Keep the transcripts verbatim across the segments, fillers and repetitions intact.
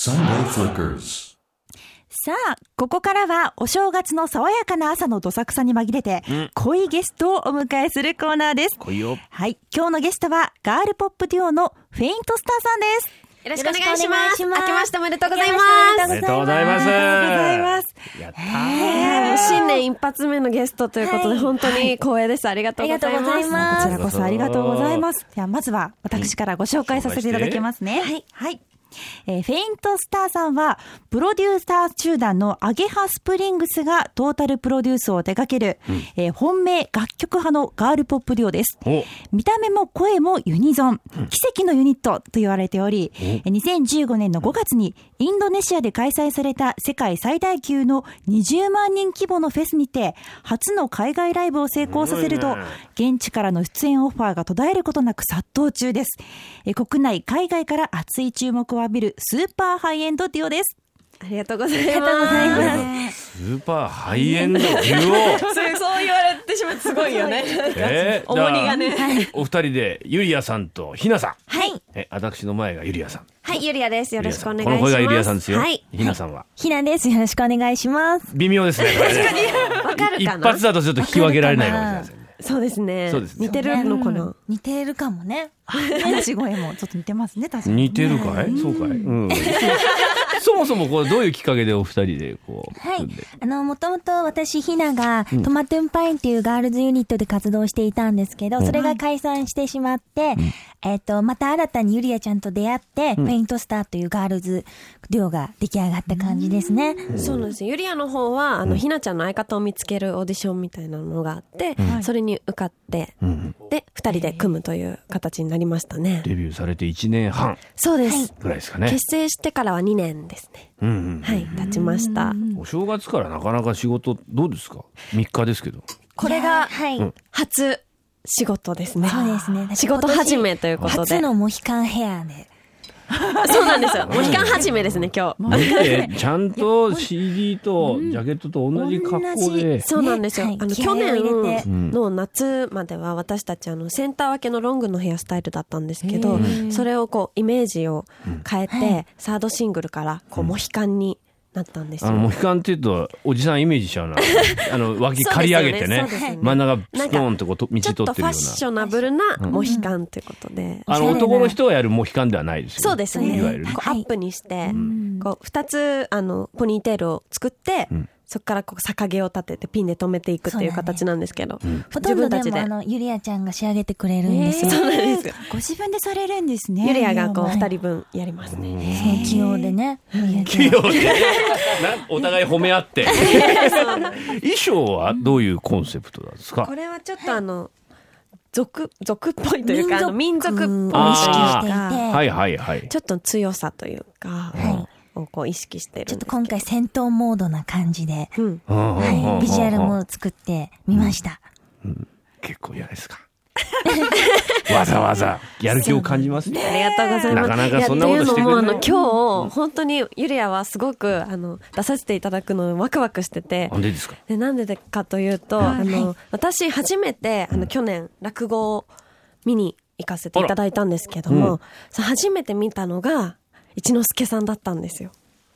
Sunday Flickers。 さあ、ここからはお正月の爽やかな朝のどさくさに紛れて、うん、濃いゲストをお迎えするコーナーです。 濃いよ。 はい、今日のゲストはガールポップデュオのフェイントスターさんです。 よろしくお願いします。明けましておめでとうございます。 おめでとうございます。 おめでとうございます。 やったー。 もう新年一発目のゲストということで、はい、本当に光栄です。ありがとうございます。 こちらこそありがとうございます。ではまずは私からご紹介させていただきますね。はい。はい。えー、フェイントスターさんはプロデューサー集団のアゲハスプリングスがトータルプロデュースを手掛ける、うんえー、本命楽曲派のガールポップデュオです。見た目も声もユニゾン、うん、奇跡のユニットと言われており、うん、にせんじゅうごねんのごがつにインドネシアで開催された世界最大級のにじゅうまんにん規模のフェスにて初の海外ライブを成功させると、現地からの出演オファーが途絶えることなく殺到中です。えー、国内海外から熱い注目を浴びるスーパーハイエンドデュオです。 ありがとうございます。ありがとうございます。スーパーハイエンドデュオそう、そう言われてしまってすごいよね。えー、重荷がね。 お二人でユリアさんとひなさん。 はい。 え、私の前がユリアさん。 はい、ユリアです。よろしくお願いします。 この声がユリアさんですよ。 はい。 ひなさんは。 ひなです。よろしくお願いします。 微妙ですね。 確かに。わかるかな。 一発だとちょっと聞き分けられないかもしれませんね。 そうですね。 そうですね。 似てるのかな。 似てるかもね。話し声もちょっと似てますね。確かに。 似てるかい？そうかい？うん。そもそもこうどういうきっかけでお二人でこうはいあのもともと私ひながトマトゥンパインっていうガールズユニットで活動していたんですけど、うん、それが解散してしまって、うん、えっとまた新たにユリアちゃんと出会って、うん、フェイントスターというガールズデュオが出来上がった感じですね。 うん、そうなんですよ。ユリアの方はあの、うん、ひなちゃんの相方を見つけるオーディションみたいなのがあって、うん、それに受かって、うん、で二人で組むという形になりましたね。 デビューされていちねんはんそうですぐらいですかね。 結成してからはにねんですね。うんうん、はい経ちました。 お正月からなかなか仕事どうですか？みっかですけどこれが初仕事ですね。 そうですね。 仕事始めということで初のモヒカンヘアでそうなんですよ。モヒカン始めですね今日。 見てちゃんと シーディー とジャケットと同じ格好で、 うん、そうなんですよ。ね、あの去年の夏までは私たちあのセンター分けのロングのヘアスタイルだったんですけど、それをこうイメージを変えて、うん、サードシングルからこうモヒカンになったんですよ。 あのモヒカンっていうとおじさんイメージしちゃうな。あの脇刈り上げて ね, ね, ね真ん中ストーンとこう道取ってるようなちょっとファッショナブルなモヒカンということで、うん、 あの男の人がやるモヒカンではないですよね。 そうですね。 いわゆる、 ね、こうアップにして、うん、こうふたつあのポニーテールを作って、うん、そこからこう逆毛を立ててピンで留めていくっていう形なんですけど、 ねうん、ほとんどでもあのユリアちゃんが仕上げてくれるんですよ。 そうなんです。 ご自分でされるんですね。 ユリアがこうふたりぶんやりますね。 そう器用でね。 器用でお互い褒め合って衣装はどういうコンセプトなんですか？ これはちょっとあの族族っぽいというかあの民族っぽい意識していて、 はいはいはい、 ちょっと強さというか、はい、をこう意識してるんですけど、 ちょっと今回戦闘モードな感じで、うんはい、ビジュアルも作ってみました。 うんうん、結構嫌ですか？わざわざやる気を感じますね。 ありがとうございます。 なかなかそんなことしてくれない。 あの今日本当にユリアはすごくあの出させていただくのワクワクしてて。 なんでですか？ でなんでかというと、はい、あの私初めてあの去年落語を見に行かせていただいたんですけども、うん、そう初めて見たのが一之輔さんだったんですよ。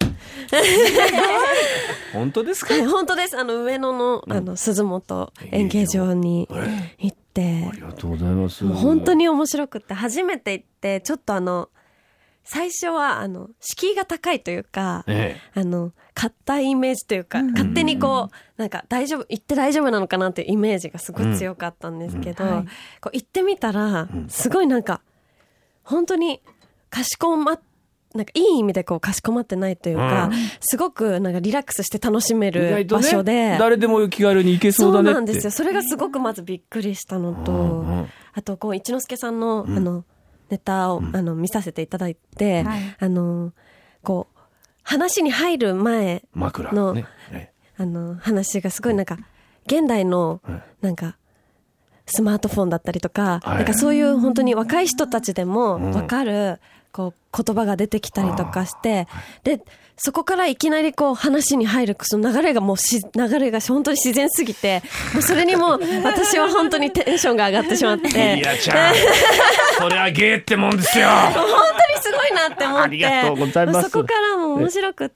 本当ですか？ はい、本当です。あの上野のあの鈴本演芸場に行って、 ありがとうございます。 もう本当に面白くって初めて行ってちょっとあの最初はあの敷居が高いというか、ええ、あの硬いイメージというか、うん、勝手にこうなんか大丈夫行って大丈夫なのかなっていうイメージがすごい強かったんですけど、うんうんはい、こう行ってみたらすごいなんか本当にかしこまってなんかいい意味でこうかしこまってないというか、うん、すごくなんかリラックスして楽しめる場所で、 ね、誰でも気軽に行けそうだねって。 そうなんですよ。それがすごくまずびっくりしたのと、うん、あとこう一之輔さんの、うん、あのネタを、うん、あの見させていただいて、はい、あのこう話に入る前の、ねね、あの話がすごいなんか現代のなんかスマートフォンだったりとか、はい、なんかそういう本当に若い人たちでも分かる、うんこう言葉が出てきたりとかして、でそこからいきなりこう話に入るその流れがもうし流れが本当に自然すぎて、もうそれにも私は本当にテンションが上がってしまって、 いやちゃんそれはゲーってもんですよ。 本当にすごいなって思って、 ありがとうございます。 そこから面白くって、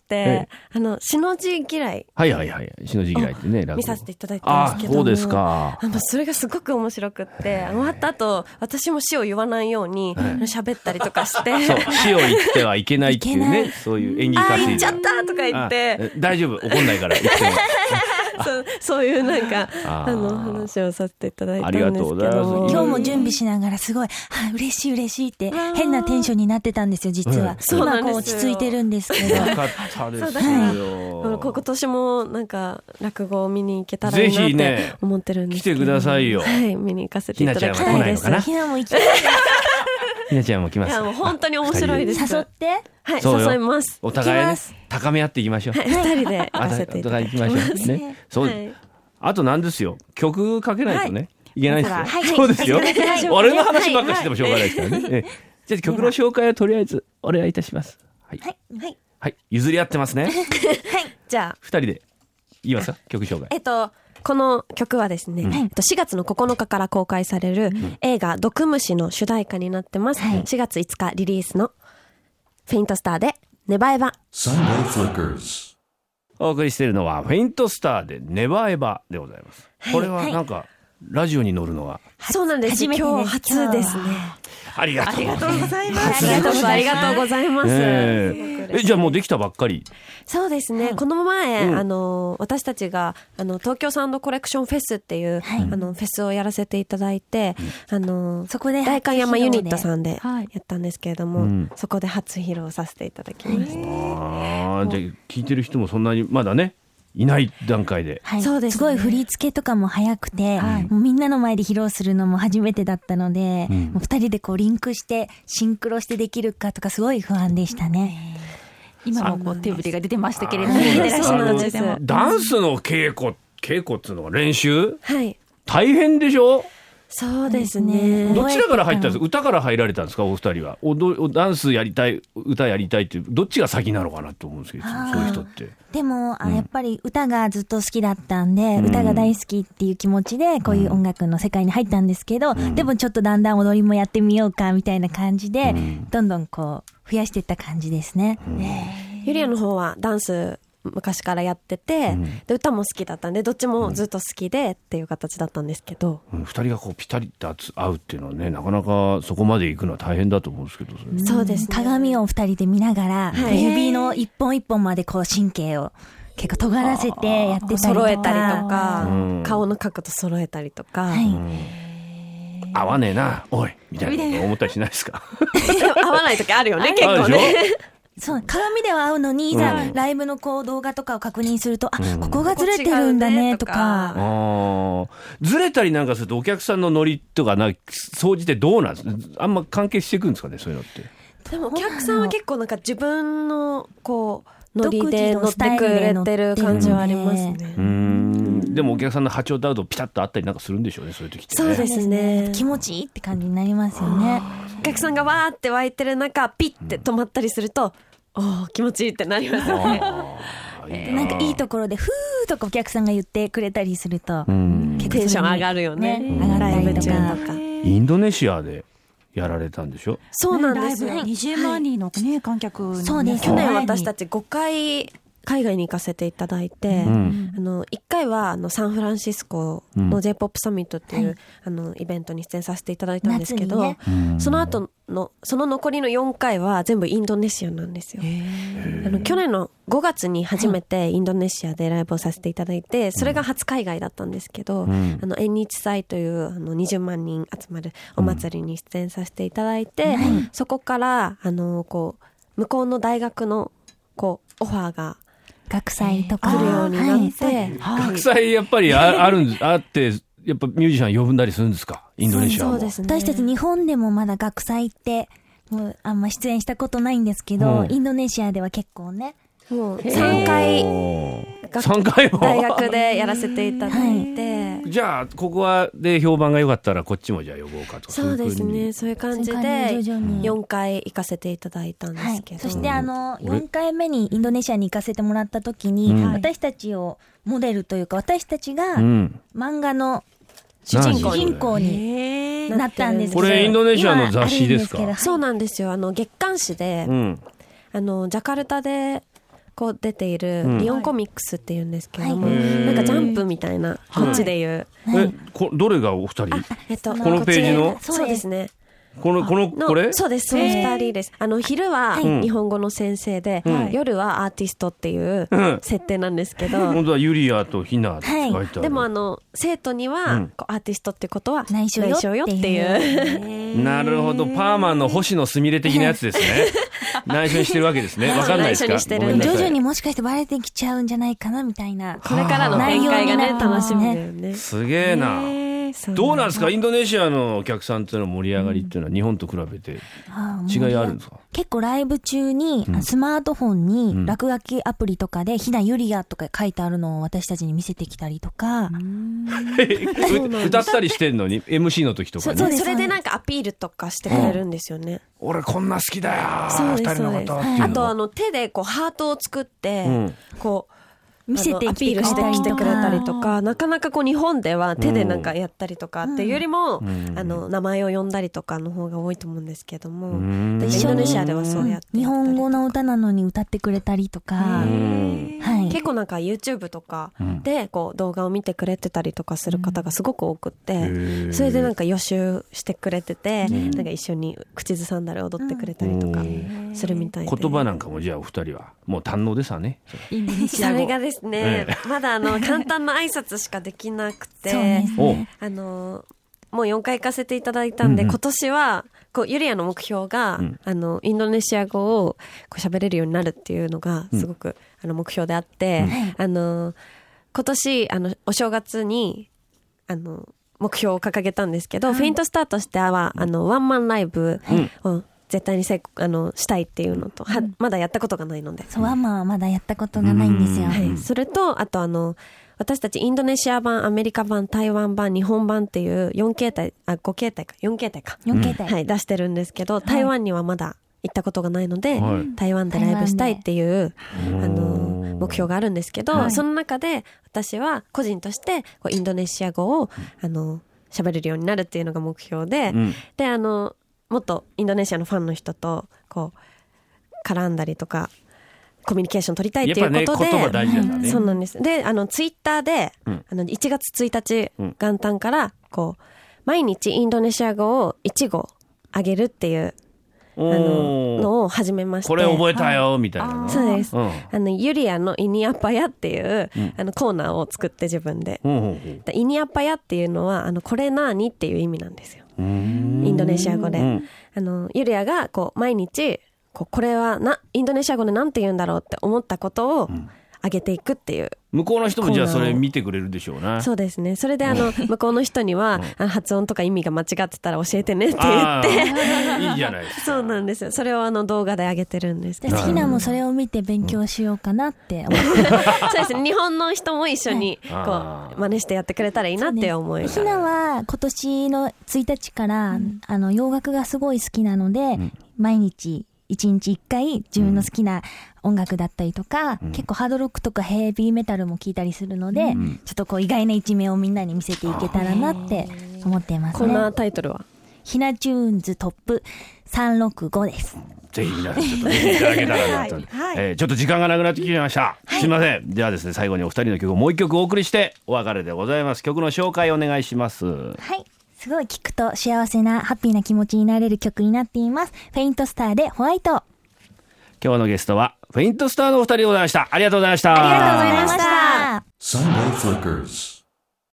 あの、しの字嫌い。 はいはいはい。しの字嫌いってね、 見させていただいたんですけど。 あ、そうですか。 あのそれがすごく面白くって、終わった後、私も死を言わないように喋ったりとかして。 そう、死を言ってはいけないっていうね、そういう演技あ、 家言っちゃったとか言って。 大丈夫、怒んないから言っても。 そう、そういうなんか、あの、話をさせていただいたんですけど。ありがとうございます。 今日も準備しながらすごい、はあ、嬉しい嬉しいって変なテンションになってたんですよ、実は。今こう落ち着いてるんですけど。 よかったですよ。 はい、今年もなんか落語を見に行けたらいいなって思ってるんですけど。 ぜひね、来てくださいよ。 はい、見に行かせていただきたいです。 ひなも行きたい。 ひなちゃんも来ます。 いや、もう本当に面白いです。 誘って。 はい、誘います。 お互いね、高め合っていきましょう。 はい、二人で行かせていただきます。 お互い行きましょうね。そう。あとなんですよ、曲かけないとね、いけないですよ。そうですよ。俺の話ばっかしてもしょうがないですからね。じゃあ曲の紹介をとりあえずお願いいたします。はい。はい。譲り合ってますね。はい。 じゃあ。 二人で言いますか、曲紹介。 えっと、この曲はですね、しがつのここのかから公開される映画毒虫の主題歌になってます。しがついつかリリースのフェイントスターでネバエバ。 お送りしているのはフェイントスターでネバエバでございます。これはなんかラジオに乗るのは、 そうなんです。今日初ですね。 ありがとうございます。 ありがとうございます。 え、じゃあもうできたばっかり。 そうですね。この前、あの私たちがあの東京サウンドコレクションフェスっていうあのフェスをやらせていただいて、あのそこで代官山ユニットさんでやったんですけれども、そこで初披露させていただきました。 ああ、じゃあ聞いてる人もそんなにまだね。いない段階で、 はい、そうですね、すごい振り付けとかも早くて、はい、もうみんなの前で披露するのも初めてだったので、うん、もう二人でこうリンクしてシンクロしてできるかとかすごい不安でしたね。 今もこう手振りが出てましたけれども、 そうなんです。 ダンスの稽古稽古っていうのは練習、 はい、 大変でしょ。 そうですね。 どちらから入ったんですか。歌から入られたんですか、お二人は。おどダンスやりたい、歌やりたいっていう、どっちが先なのかなと思うんですけど、そういう人って。 でも、うん、やっぱり歌がずっと好きだったんで、うん、歌が大好きっていう気持ちで、こういう音楽の世界に入ったんですけど、うん、でもちょっとだんだん踊りもやってみようかみたいな感じで、うん、どんどんこう増やしていった感じですね。うん、 ユリアの方はダンス昔からやってて、うん、で歌も好きだったんでどっちもずっと好きでっていう形だったんですけど、 うん、ふたりがこうピタリと合うっていうのはね、なかなかそこまで行くのは大変だと思うんですけど、 それそうですね、鏡をふたりで見ながら、はい、指の一本一本までこう神経を結構尖らせてやってたりとか、 揃えたりとか、うん、顔の角度揃えたりとか、はい、うん、 合わねえなおいみたいなこと思ったりしないですか。 合わない時あるよね結構ね。 そう、鏡では合うのに、いざ、うん、ライブのこう動画とかを確認すると、あ、うん、ここがずれてるんだねとか。 あずれたりなんかするとお客さんのノリとかな総じてどうなんですか。あんま関係していくんですかね、そういうのって。 でもお客さんは結構なんか自分のこうノリで乗ってくれてる感じはありますね。 うーん、でもお客さんの波長と合うとピタッとあったりなんかするんでしょうね、そういう時って、ね。 そうですね。 気持ちいいって感じになりますよね。 お客さんがわーって湧いてる中ピッて止まったりすると、うん、お気持ちいいってなりますよね。 えー、なんかいいところでふーとかお客さんが言ってくれたりすると、 うん、結構テンション上がるよね。 ね、上がったりとか。 インドネシアでやられたんでしょ。 そうなんですよ。 にじゅうまんにんの、ね、観客の、 そうです。 去年私たちごかい海外に行かせていただいて、うん、あのいっかいはあのサンフランシスコの J-ポップ サミットっていう、うん、あのイベントに出演させていただいたんですけど、ね、その後のその残りのよんかいは全部インドネシアなんですよ。あの去年のごがつに初めてインドネシアでライブをさせていただいて、それが初海外だったんですけど、うん、あの縁日祭というあのにじゅうまんにん集まるお祭りに出演させていただいて、うん、そこからあのこう向こうの大学のこうオファーが学祭とか来るようになって、はいはい、学祭やっぱり あ, あるんあってやっぱミュージシャン呼ぶんだりするんですか、インドネシアも。 そうですね、私たち日本でもまだ学祭ってもうあんま出演したことないんですけど、うん、インドネシアでは結構ね、 もうさんかいさんかいも大学でやらせていただいて、はい、 じゃあここはで評判が良かったらこっちもじゃあ呼ぼうかとか。 そうですね、そういう感じでよんかい行かせていただいたんですけど、 はい、そしてあのよんかいめにインドネシアに行かせてもらった時に、うん、私たちをモデルというか私たちが漫画の主人公 に, 主人公になったんですけど、 これインドネシアの雑誌ですか。 そうなんですよ。あの月刊誌で、うん、あのジャカルタでこう出ているリオンコミックスっていうんですけども、うん、なんかジャンプみたいな、こっちでいう、 はい、えこどれがお二人、 えっと、 このページのそうですね、 このこのこれそうです、そのふたりです。あの昼は日本語の先生で、うん、夜はアーティストっていう設定なんですけど、 うん、本当はユリアとヒナって書いてある、はい、 でもあの生徒には、うん、アーティストってことは内緒よっていうなるほど、パーマンの星野すみれ的なやつですね内緒にしてるわけですね。わかんないですか。 徐々にもしかしてバレてきちゃうんじゃないかなみたいな、 これからの展開がね楽しみだよね。 すげえな。どうなんですか、インドネシアのお客さんっていうの盛り上がりっていうのは日本と比べて違いあるんですか。 結構ライブ中にスマートフォンに落書きアプリとかでひなゆりやとか書いてあるのを私たちに見せてきたりとか歌ったりしてんのに エムシー の時とかにそ, それでなんかアピールとかしてくれるんですよね、 うん、俺こんな好きだよ二人のことっていうの。 あとあの手でこうハートを作って、うん、こう見せてアピールしてきてくれたりとか、なかなかこう日本では手でなんかやったりとかっていうよりも、うん、あの名前を呼んだりとかの方が多いと思うんですけども、うん、インドネシアではそうやって日本語の歌なのに歌ってくれたりとか、はい、 結構なんか YouTube とかでこう動画を見てくれてたりとかする方がすごく多くって、それでなんか予習してくれてて、なんか一緒に口ずさんだり踊ってくれたりとかするみたいで、 言葉なんかもじゃあお二人はもう堪能ですわね。 インドネシア語それがですね、ええ、まだあの簡単な挨拶しかできなくて、ね、あのもうよんかい行かせていただいたんで、うんうん、今年はこうユリアの目標が、うん、あのインドネシア語をこう喋れるようになるっていうのがすごく、うん、あの目標であって、うん、あの今年あのお正月にあの目標を掲げたんですけど、うん、フェイントスターとしてはあのワンマンライブを、うん絶対にせあのしたいっていうのと、はまだやったことがないので、 そうワンマンはまだやったことがないんですよ、 はい、それとあとあの私たちインドネシア版、アメリカ版、台湾版、日本版っていうよん形態、あご形態かよん形態かよん形態、 はい、出してるんですけど、台湾にはまだ行ったことがないので、はい、台湾でライブしたいっていうあの目標があるんですけど、はい、その中で私は個人としてこうインドネシア語をあの喋れるようになるっていうのが目標で、うん、であのもっとインドネシアのファンの人とこう絡んだりとかコミュニケーション取りたいっていうことで、 やっぱね、言葉大事なんだね。 そうなんです。で、あのツイッターで、うん、あのいちがつついたち、うん、元旦からこう毎日インドネシア語をいち語あげるっていうあののを始めまして、 これ覚えたよみたいな。 そうです。うん、あのユリアのイニアッパヤっていう、うん、あのコーナーを作って自分で、うんうんうん、イニアッパヤっていうのはあのこれなにっていう意味なんですよ。インドネシア語で、うん、あのユリアがこう毎日こうこれはなインドネシア語でなんて言うんだろうって思ったことを上げていくっていう、 うん、向こうの人もじゃあそれ見てくれるでしょうね。 そうですね。それであの向こうの人には、うん、発音とか意味が間違ってたら教えてねって言っていいじゃないですか。 そうなんですよ。それをあの動画で上げてるんですけど、 ひなもそれを見て勉強しようかなって思って、 うん、そうですね。日本の人も一緒にこう真似してやってくれたらいいなって思います。 ひなは今年のついたちから、うん、あの洋楽がすごい好きなので、うん、毎日一日一回自分の好きな音楽だったりとか、うん、結構ハードロックとかヘビーメタルも聴いたりするので、うん、ちょっとこう意外な一面をみんなに見せていけたらなって思っていますね。 こんなタイトルはひなチューンズトップさんろくごです。 ぜひ皆さんちょっと見ていただけたらなと、はいはい、えー、ちょっと時間がなくなってきました、はい、すいません。ではですね、最後にお二人の曲をもう一曲お送りしてお別れでございます。曲の紹介お願いします。 はい、すごい聴くと幸せなハッピーな気持ちになれる曲になっています。フェイントスターでホワイト。 今日のゲストはフェイントスターのお二人でございました。ありがとうございました。 ありがとうございました。Sunday Flickers